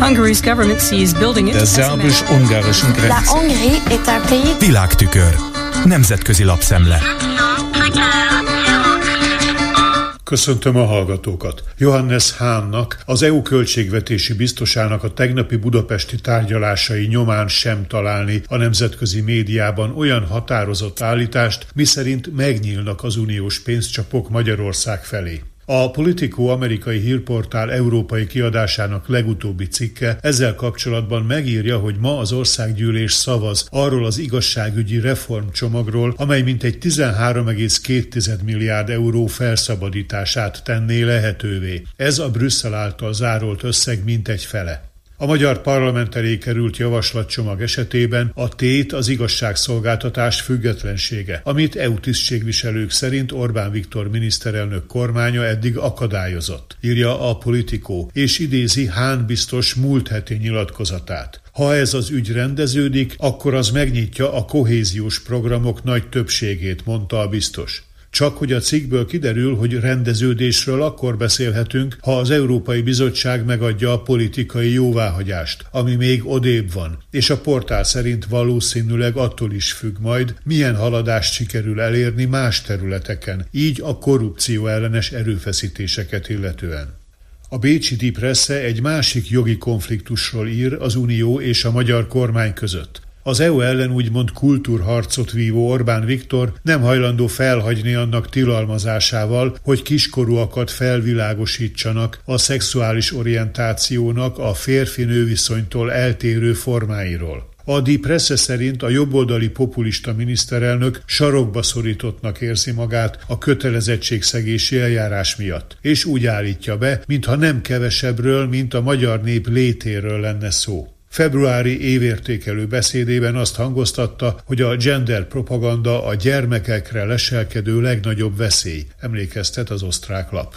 Der szerbus-ungarischen Grenze. Világtükör. Nemzetközi lapszemle. Köszöntöm a hallgatókat. Johannes Hahnnak, az EU költségvetési biztosának a tegnapi budapesti tárgyalásai nyomán sem találni a nemzetközi médiában olyan határozott állítást, miszerint megnyílnak az uniós pénzcsapok Magyarország felé. A Politico amerikai hírportál európai kiadásának legutóbbi cikke ezzel kapcsolatban megírja, hogy ma az országgyűlés szavaz arról az igazságügyi reformcsomagról, amely mintegy 13,2 milliárd euró felszabadítását tenné lehetővé. Ez a Brüsszel által zárolt összeg mintegy fele. A magyar parlament elé került javaslatcsomag esetében a tét az igazságszolgáltatás függetlensége, amit EU tisztségviselők szerint Orbán Viktor miniszterelnök kormánya eddig akadályozott, írja a Politico, és idézi Hahn biztos múlt heti nyilatkozatát. Ha ez az ügy rendeződik, akkor az megnyitja a kohéziós programok nagy többségét, mondta a biztos. Csak hogy a cikkből kiderül, hogy rendeződésről akkor beszélhetünk, ha az Európai Bizottság megadja a politikai jóváhagyást, ami még odébb van, és a portál szerint valószínűleg attól is függ majd, milyen haladást sikerül elérni más területeken, így a korrupció ellenes erőfeszítéseket illetően. A bécsi Die Presse egy másik jogi konfliktusról ír az Unió és a magyar kormány között. Az EU ellen úgymond kultúrharcot vívó Orbán Viktor nem hajlandó felhagyni annak tilalmazásával, hogy kiskorúakat felvilágosítsanak a szexuális orientációnak a férfi-nő viszonytól eltérő formáiról. A Die Presse szerint a jobboldali populista miniszterelnök sarokba szorítottnak érzi magát a kötelezettségszegési eljárás miatt, és úgy állítja be, mintha nem kevesebbről, mint a magyar nép létéről lenne szó. Februári évértékelő beszédében azt hangoztatta, hogy a gender propaganda a gyermekekre leselkedő legnagyobb veszély, emlékeztet az osztrák lap.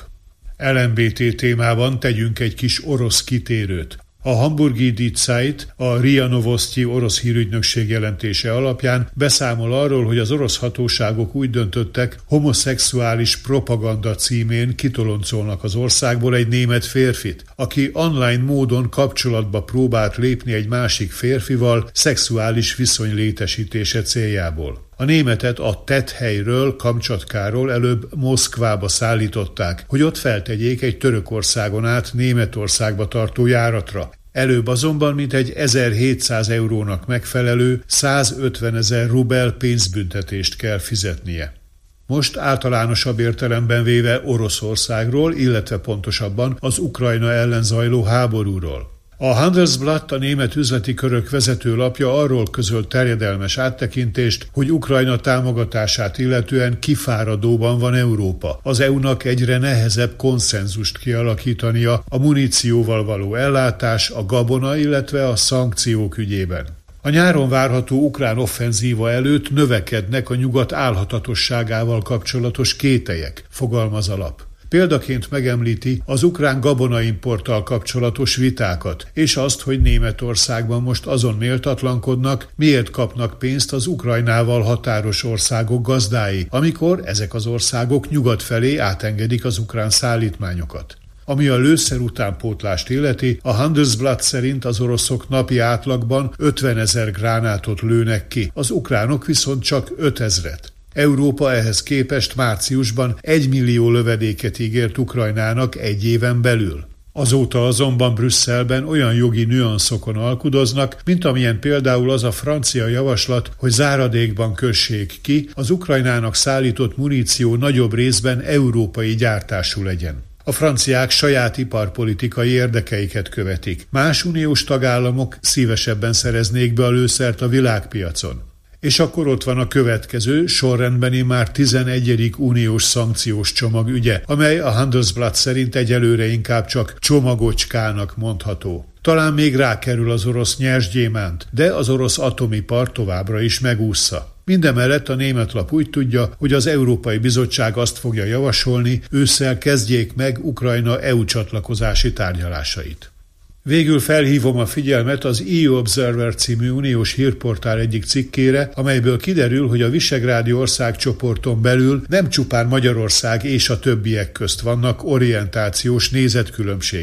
LMBT témában tegyünk egy kis orosz kitérőt. A hamburgi Die Zeit, a RIA Novosti orosz hírügynökség jelentése alapján beszámol arról, hogy az orosz hatóságok úgy döntöttek, homoszexuális propaganda címén kitoloncolnak az országból egy német férfit, aki online módon kapcsolatba próbált lépni egy másik férfival szexuális viszony létesítése céljából. A németet a tetthelyről, Kamcsatkáról előbb Moszkvába szállították, hogy ott feltegyék egy Törökországon át Németországba tartó járatra. Előbb azonban mintegy 1700 eurónak megfelelő 150 000 rubel pénzbüntetést kell fizetnie. Most általánosabb értelemben véve Oroszországról, illetve pontosabban az Ukrajna ellen zajló háborúról. A Handelsblatt, a német üzleti körök vezető lapja arról közölt terjedelmes áttekintést, hogy Ukrajna támogatását illetően kifáradóban van Európa. Az EU-nak egyre nehezebb konszenzust kialakítania a munícióval való ellátás, a gabona, illetve a szankciók ügyében. A nyáron várható ukrán offenzíva előtt növekednek a nyugat álhatatosságával kapcsolatos kételyek, fogalmaz a lap. Példaként megemlíti az ukrán gabonaimporttal kapcsolatos vitákat, és azt, hogy Németországban most azon méltatlankodnak, miért kapnak pénzt az Ukrajnával határos országok gazdái, amikor ezek az országok nyugat felé átengedik az ukrán szállítmányokat. Ami a lőszer utánpótlást illeti, a Handelsblatt szerint az oroszok napi átlagban 50 000 gránátot lőnek ki, az ukránok viszont csak 5 000. Európa ehhez képest márciusban 1 millió lövedéket ígért Ukrajnának egy éven belül. Azóta azonban Brüsszelben olyan jogi nüanszokon alkudoznak, mint amilyen például az a francia javaslat, hogy záradékban kössék ki, az Ukrajnának szállított muníció nagyobb részben európai gyártású legyen. A franciák saját iparpolitikai érdekeiket követik. Más uniós tagállamok szívesebben szereznék be a lőszert a világpiacon. És akkor ott van a következő, sorrendbeni már 11. uniós szankciós csomag ügye, amely a Handelsblatt szerint egyelőre inkább csak csomagocskának mondható. Talán még rákerül az orosz nyersgyémánt, de az orosz atomipar továbbra is megússza. Mindemellett a német lap úgy tudja, hogy az Európai Bizottság azt fogja javasolni, ősszel kezdjék meg Ukrajna EU csatlakozási tárgyalásait. Végül felhívom a figyelmet az EU Observer című uniós hírportál egyik cikkére, amelyből kiderül, hogy a visegrádi országcsoporton belül nem csupán Magyarország és a többiek közt vannak orientációs nézetkülönbségek.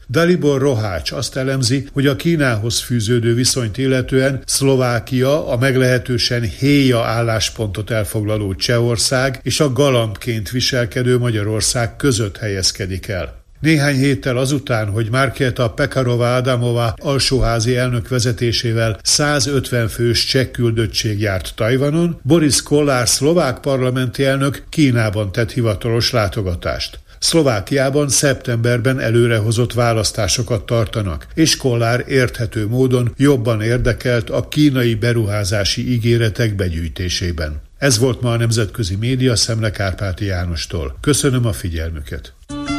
Dalibor Rohács azt elemzi, hogy a Kínához fűződő viszonyt illetően Szlovákia, a meglehetősen héja álláspontot elfoglaló Csehország és a galambként viselkedő Magyarország között helyezkedik el. Néhány héttel azután, hogy Markéta Pekarová-Adamová alsóházi elnök vezetésével 150 fős cseh küldöttség járt Tajvanon, Boris Kollár szlovák parlamenti elnök Kínában tett hivatalos látogatást. Szlovákiában szeptemberben előrehozott választásokat tartanak, és Kollár érthető módon jobban érdekelt a kínai beruházási ígéretek begyűjtésében. Ez volt ma a Nemzetközi Média Szemle Kárpáti Jánostól. Köszönöm a figyelmüket!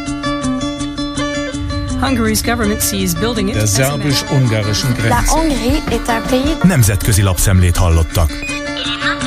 Der szerbus-ungarischen Grenze. Nemzetközi lapszemlét hallottak.